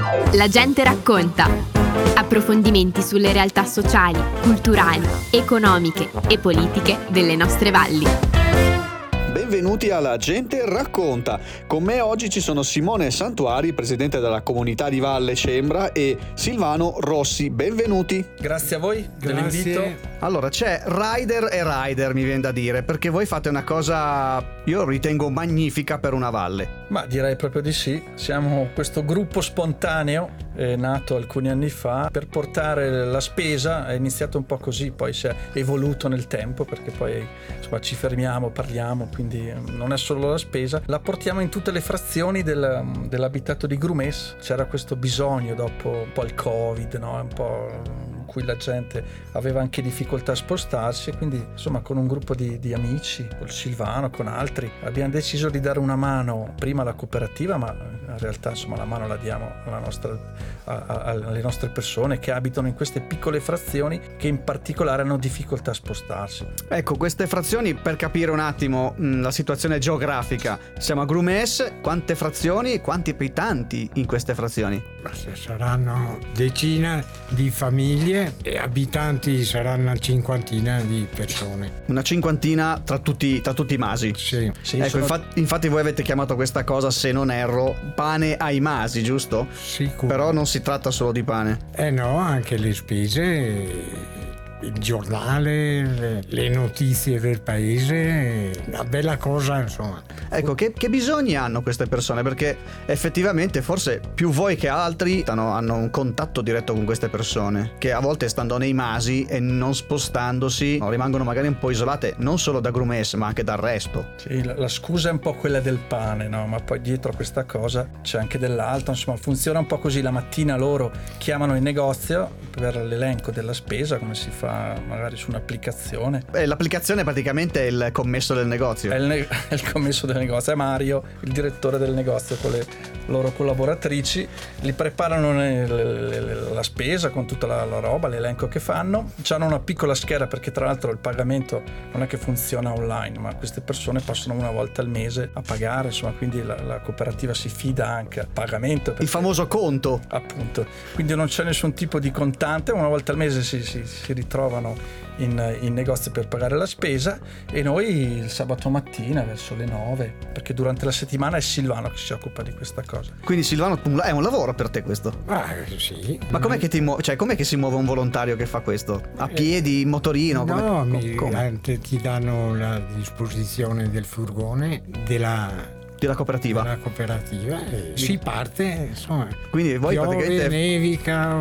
La gente racconta. Approfondimenti sulle realtà sociali, culturali, economiche e politiche delle nostre valli. Benvenuti alla Gente Racconta. Con me oggi ci sono Simone Santuari, presidente della comunità di Valle Cembra, e Silvano Rossi. Benvenuti. Grazie a voi dell'invito. Allora, c'è rider e rider, mi viene da dire, perché voi fate una cosa, io ritengo magnifica per una valle. Ma direi proprio di sì. Siamo questo gruppo spontaneo nato alcuni anni fa per portare la spesa. È iniziato un po' così, poi si è evoluto nel tempo, perché poi insomma ci fermiamo, parliamo, quindi non è solo la spesa, la portiamo in tutte le frazioni dell'abitato di Grumes. C'era questo bisogno dopo un po' il Covid, no? Un po' in cui la gente aveva anche difficoltà a spostarsi, e quindi insomma con un gruppo di amici, col Silvano, con altri, abbiamo deciso di dare una mano prima alla cooperativa, ma in realtà insomma la mano la diamo alle nostre persone che abitano in queste piccole frazioni, che in particolare hanno difficoltà a spostarsi. Ecco, queste frazioni, per capire un attimo la situazione geografica, siamo a Grumes. Quante frazioni, quanti abitanti in queste frazioni? Saranno decine di famiglie e abitanti saranno una cinquantina di persone. Una cinquantina tra tutti i masi. Sì. Ecco, infatti voi avete chiamato questa cosa, se non erro, pane ai masi, giusto? Sicuro. Però non si tratta solo di pane. No, anche le spese, il giornale, le notizie del paese, una bella cosa, insomma. Ecco, che bisogni hanno queste persone? Perché effettivamente forse più voi che altri hanno un contatto diretto con queste persone, che a volte, stando nei masi e non spostandosi, rimangono magari un po' isolate, non solo da Grumes ma anche dal resto. Sì, la scusa è un po' quella del pane, no? Ma poi dietro a questa cosa c'è anche dell'altro. Insomma, funziona un po' così: la mattina loro chiamano il negozio per l'elenco della spesa, come si fa magari su un'applicazione. L'applicazione praticamente è il commesso del negozio. È il commesso del negozio, è Mario, il direttore del negozio, con le loro collaboratrici. Li preparano la spesa con tutta la roba, l'elenco che fanno. C'hanno una piccola scheda, perché tra l'altro il pagamento non è che funziona online, ma queste persone possono una volta al mese a pagare, insomma, quindi la cooperativa si fida anche al pagamento, il famoso conto, appunto. Quindi non c'è nessun tipo di contante, una volta al mese si ritrovano in negozio per pagare la spesa, e noi il sabato mattina verso le 9, perché durante la settimana è Silvano che si occupa di questa cosa. Quindi Silvano, è un lavoro per te questo? Sì. Ma com'è che com'è che si muove un volontario che fa questo? A piedi, in motorino? No, ti danno la disposizione del furgone della cooperativa e si parte, insomma. Quindi voi piove, praticamente nevica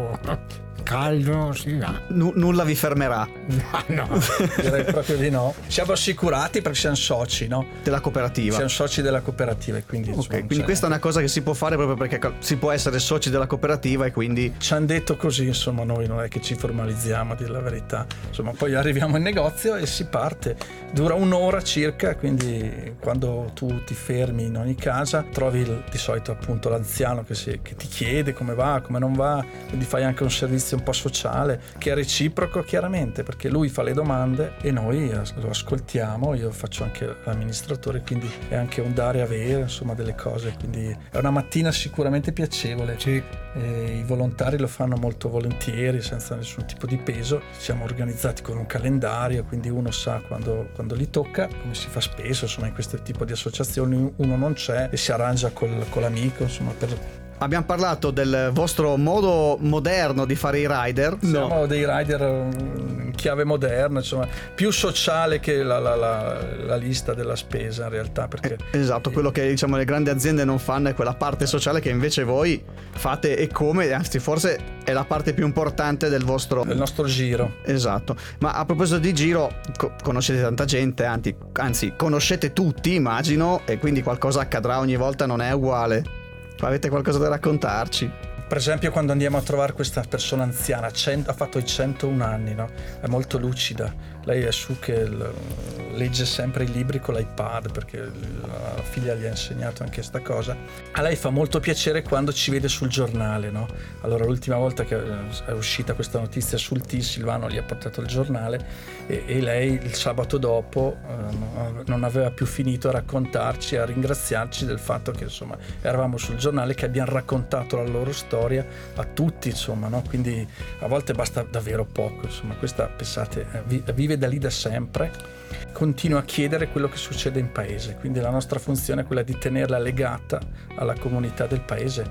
o caldo, si va. Nulla vi fermerà. No. Direi proprio di no. Siamo assicurati perché siamo soci, no? Della cooperativa. Siamo soci della cooperativa, e quindi quindi questa è una cosa che si può fare proprio perché si può essere soci della cooperativa, e quindi ci hanno detto così, insomma. Noi non è che ci formalizziamo, a dire la verità, insomma. Poi arriviamo in negozio e si parte. Dura un'ora circa, quindi quando tu ti fermi in ogni casa trovi di solito appunto l'anziano che ti chiede come va, come non va, quindi fai anche un servizio un po' sociale, che è reciproco chiaramente, perché lui fa le domande e noi lo ascoltiamo. Io faccio anche l'amministratore, quindi è anche un dare e avere, insomma, delle cose, quindi è una mattina sicuramente piacevole. Sì. I volontari lo fanno molto volentieri, senza nessun tipo di peso. Siamo organizzati con un calendario, quindi uno sa quando gli tocca, come si fa spesso, insomma, in questo tipo di associazioni uno non c'è e si arrangia con l'amico, insomma, Abbiamo parlato del vostro modo moderno di fare i rider. Siamo dei rider in chiave moderna, insomma, più sociale che la lista della spesa, in realtà, perché esatto, quello che diciamo le grandi aziende non fanno è quella parte sociale che invece voi fate, e come, anzi forse è la parte più importante del nostro giro. Esatto. Ma a proposito di giro, conoscete tanta gente, anzi conoscete tutti, immagino, e quindi qualcosa accadrà ogni volta, non è uguale. Avete qualcosa da raccontarci? Per esempio, quando andiamo a trovare questa persona anziana, ha fatto i 101 anni, no? È molto lucida, lei è su che legge sempre i libri con l'iPad, perché la figlia gli ha insegnato anche sta cosa. A lei fa molto piacere quando ci vede sul giornale, no? Allora l'ultima volta che è uscita questa notizia sul T, Silvano gli ha portato il giornale e lei il sabato dopo non aveva più finito a raccontarci, a ringraziarci del fatto che insomma eravamo sul giornale, che abbiamo raccontato la loro storia a tutti, insomma, no? Quindi a volte basta davvero poco, insomma. Questa, pensate, vive da lì da sempre, continua a chiedere quello che succede in paese, quindi la nostra funzione è quella di tenerla legata alla comunità del paese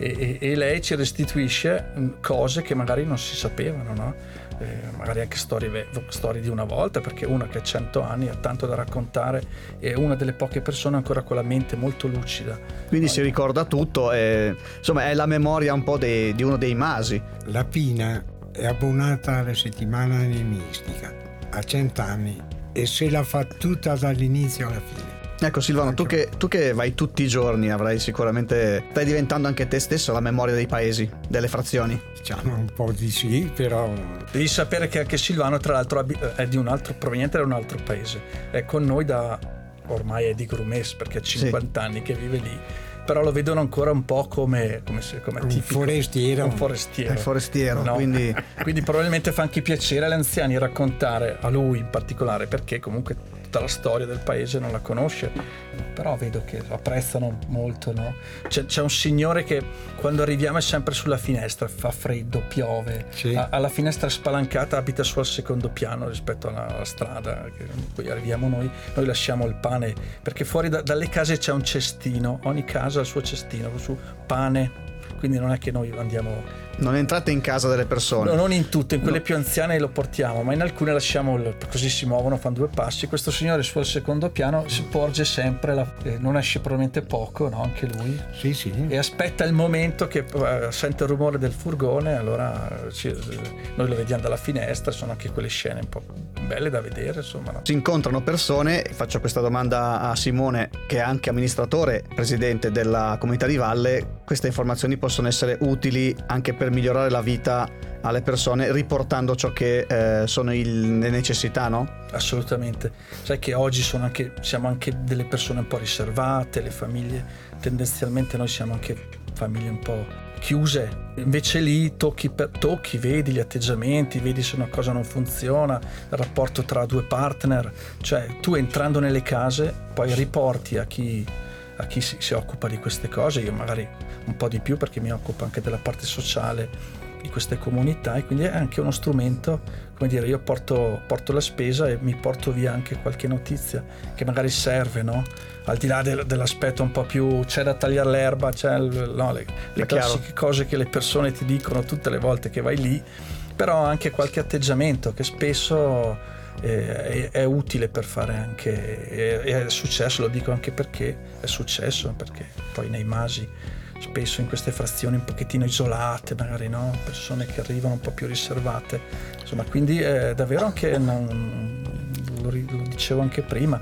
e lei ci restituisce cose che magari non si sapevano, no? Magari anche storie di una volta, perché una che ha 100 anni ha tanto da raccontare, è una delle poche persone ancora con la mente molto lucida, quindi si ricorda tutto e, insomma, è la memoria un po' di uno dei Masi. La Pina è abbonata alla settimana enigmistica, ha 100 anni e se la fa tutta dall'inizio alla fine. Ecco Silvano, tu che vai tutti i giorni avrai sicuramente, stai diventando anche te stesso la memoria dei paesi, delle frazioni. Diciamo un po' di sì, però devi sapere che anche Silvano tra l'altro è di un altro, proveniente da un altro paese, è con noi da ormai è di Grumes, perché ha 50 anni che vive lì, però lo vedono ancora un po' come un tipico forestiero. Un forestiero. È forestiero, no? quindi probabilmente fa anche piacere agli anziani raccontare, a lui in particolare, perché comunque tutta la storia del paese non la conosce, però vedo che lo apprezzano molto, no? C'è un signore che quando arriviamo è sempre sulla finestra, fa freddo, piove, sì. Ha la finestra spalancata, abita su al secondo piano rispetto alla strada che poi arriviamo noi lasciamo il pane, perché fuori dalle case c'è un cestino, ogni casa ha il suo cestino su pane, quindi non è che noi andiamo. Non entrate in casa delle persone. No, non in tutte, in quelle più anziane lo portiamo, ma in alcune lasciamo così si muovono, fanno due passi. Questo signore su al secondo piano si porge sempre, non esce probabilmente poco, no? Anche lui. Sì. E aspetta il momento che sente il rumore del furgone, allora noi lo vediamo dalla finestra, sono anche quelle scene un po' belle da vedere, insomma. No? Si incontrano persone, faccio questa domanda a Simone che è anche amministratore, presidente della comunità di Valle, queste informazioni possono essere utili anche per migliorare la vita alle persone riportando ciò che sono le necessità, no? Assolutamente. Sai che oggi siamo anche delle persone un po' riservate, le famiglie tendenzialmente noi siamo anche famiglie un po' chiuse, invece lì tocchi, vedi gli atteggiamenti, vedi se una cosa non funziona, il rapporto tra due partner, cioè tu entrando nelle case poi riporti a chi si occupa di queste cose, io magari un po' di più perché mi occupo anche della parte sociale di queste comunità e quindi è anche uno strumento, come dire, io porto la spesa e mi porto via anche qualche notizia che magari serve, no? Al di là dell'aspetto un po' più c'è da tagliare l'erba, c'è le classiche cose che le persone ti dicono tutte le volte che vai lì, però anche qualche atteggiamento che spesso è utile per fare anche, è successo, lo dico anche perché è successo, perché poi nei Masi spesso in queste frazioni un pochettino isolate magari, no? Persone che arrivano un po' più riservate, insomma, quindi davvero anche lo dicevo anche prima,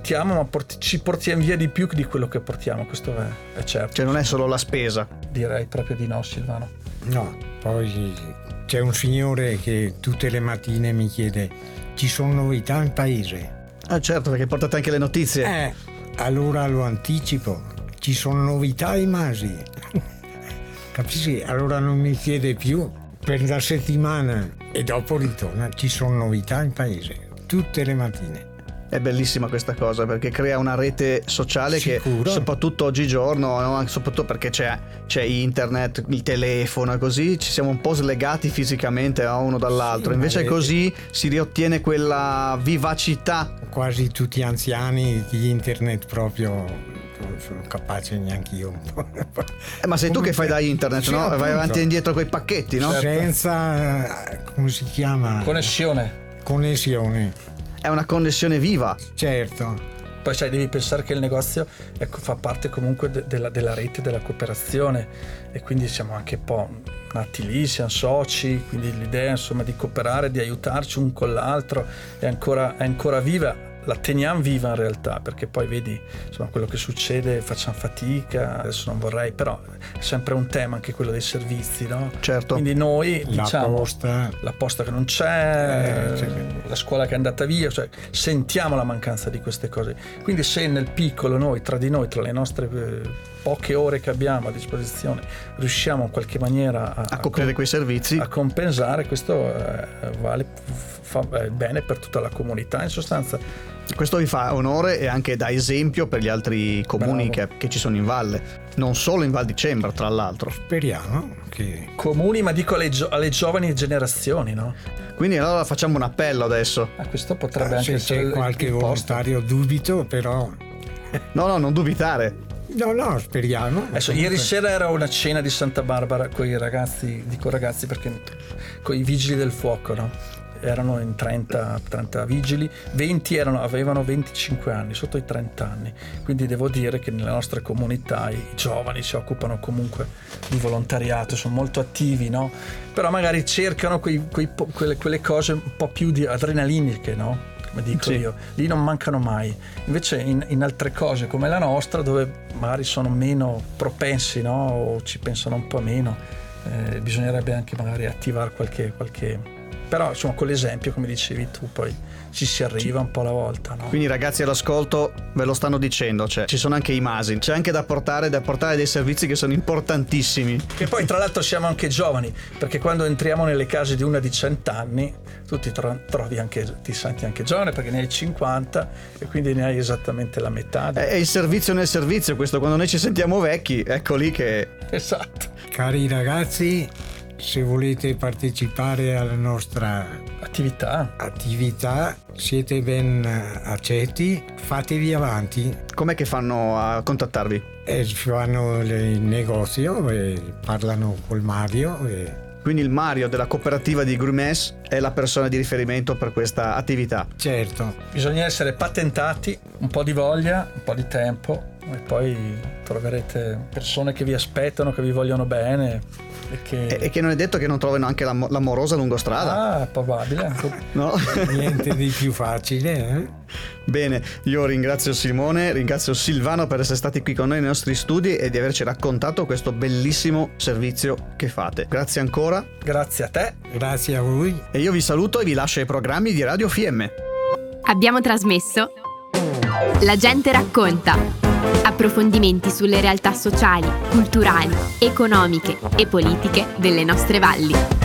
ci portiamo via di più di quello che portiamo, questo è certo. Cioè non è solo la spesa. Direi proprio di no, Silvano. No, poi c'è un signore che tutte le mattine mi chiede: ci sono novità in paese? Ah certo, perché portate anche le notizie. Allora lo anticipo, ci sono novità in Masi. Capisci? Allora non mi chiede più per la settimana e dopo ritorna, ci sono novità in paese tutte le mattine. È bellissima questa cosa perché crea una rete sociale. Sicuro. Che soprattutto oggigiorno, no? Soprattutto perché c'è internet, il telefono e così ci siamo un po' slegati fisicamente uno dall'altro, invece così si riottiene quella vivacità. Quasi tutti anziani di internet proprio sono capace neanche io un po'. Ma sei tu che fai da internet, sì, no? Appunto. Vai avanti e indietro coi pacchetti, no? Senza, come si chiama? Connessione. È una connessione viva. Certo. Poi sai, devi pensare che il negozio fa parte comunque della rete della cooperazione e quindi siamo anche un po' nati lì, siamo soci, quindi l'idea insomma di cooperare, di aiutarci un con l'altro è ancora viva. la teniamo viva in realtà, perché poi vedi, insomma, quello che succede, facciamo fatica, adesso non vorrei, però è sempre un tema anche quello dei servizi, no? Certo. Quindi noi diciamo La posta che non c'è, la scuola che è andata via, cioè sentiamo la mancanza di queste cose. Quindi se nel piccolo noi, tra le nostre poche ore che abbiamo a disposizione, riusciamo in qualche maniera a coprire quei servizi, a compensare, questo fa bene per tutta la comunità in sostanza. Questo vi fa onore e anche da esempio per gli altri comuni che ci sono in valle, non solo in Val di Cembra, tra l'altro. Speriamo che... Comuni, ma dico alle giovani generazioni, no? Quindi allora facciamo un appello adesso. Questo potrebbe anche se essere c'è qualche volontario, dubito, però... No, non dubitare. No, speriamo. Adesso, ieri sera era una cena di Santa Barbara con i ragazzi, dico ragazzi perché con i vigili del fuoco, no? Erano in 30 vigili, 20 avevano 25 anni, sotto i 30 anni. Quindi devo dire che nelle nostre comunità i giovani si occupano comunque di volontariato, sono molto attivi, no? Però magari cercano quelle cose un po' più di adrenaliniche, no? Come dico io, lì non mancano mai. Invece in altre cose come la nostra, dove magari sono meno propensi, no? O ci pensano un po' meno, bisognerebbe anche magari attivare qualche... Però insomma con l'esempio, come dicevi tu, poi si arriva un po' alla volta, no? Quindi ragazzi all'ascolto ve lo stanno dicendo, cioè ci sono anche i masi, c'è anche da portare dei servizi che sono importantissimi. E poi tra l'altro siamo anche giovani, perché quando entriamo nelle case di una di 100 anni tu ti senti anche giovane, perché ne hai 50 e quindi ne hai esattamente la metà. È il servizio nel servizio questo, quando noi ci sentiamo vecchi, ecco lì che... Esatto. Cari ragazzi, se volete partecipare alla nostra attività siete ben accetti, fatevi avanti. Com'è che fanno a contattarvi? Vanno in negozio e parlano col Mario. Quindi il Mario della cooperativa di Grumès è la persona di riferimento per questa attività. Certo. Bisogna essere patentati, un po' di voglia, un po' di tempo e poi troverete persone che vi aspettano, che vi vogliono bene. E che non è detto che non trovino anche l'amorosa lungo strada. Probabile. No? Niente di più facile, Bene, io ringrazio Simone, ringrazio Silvano per essere stati qui con noi nei nostri studi e di averci raccontato questo bellissimo servizio che fate. Grazie ancora. Grazie a te. Grazie a voi. E io vi saluto e vi lascio ai programmi di Radio FM. Abbiamo trasmesso La gente racconta. Approfondimenti sulle realtà sociali, culturali, economiche e politiche delle nostre valli.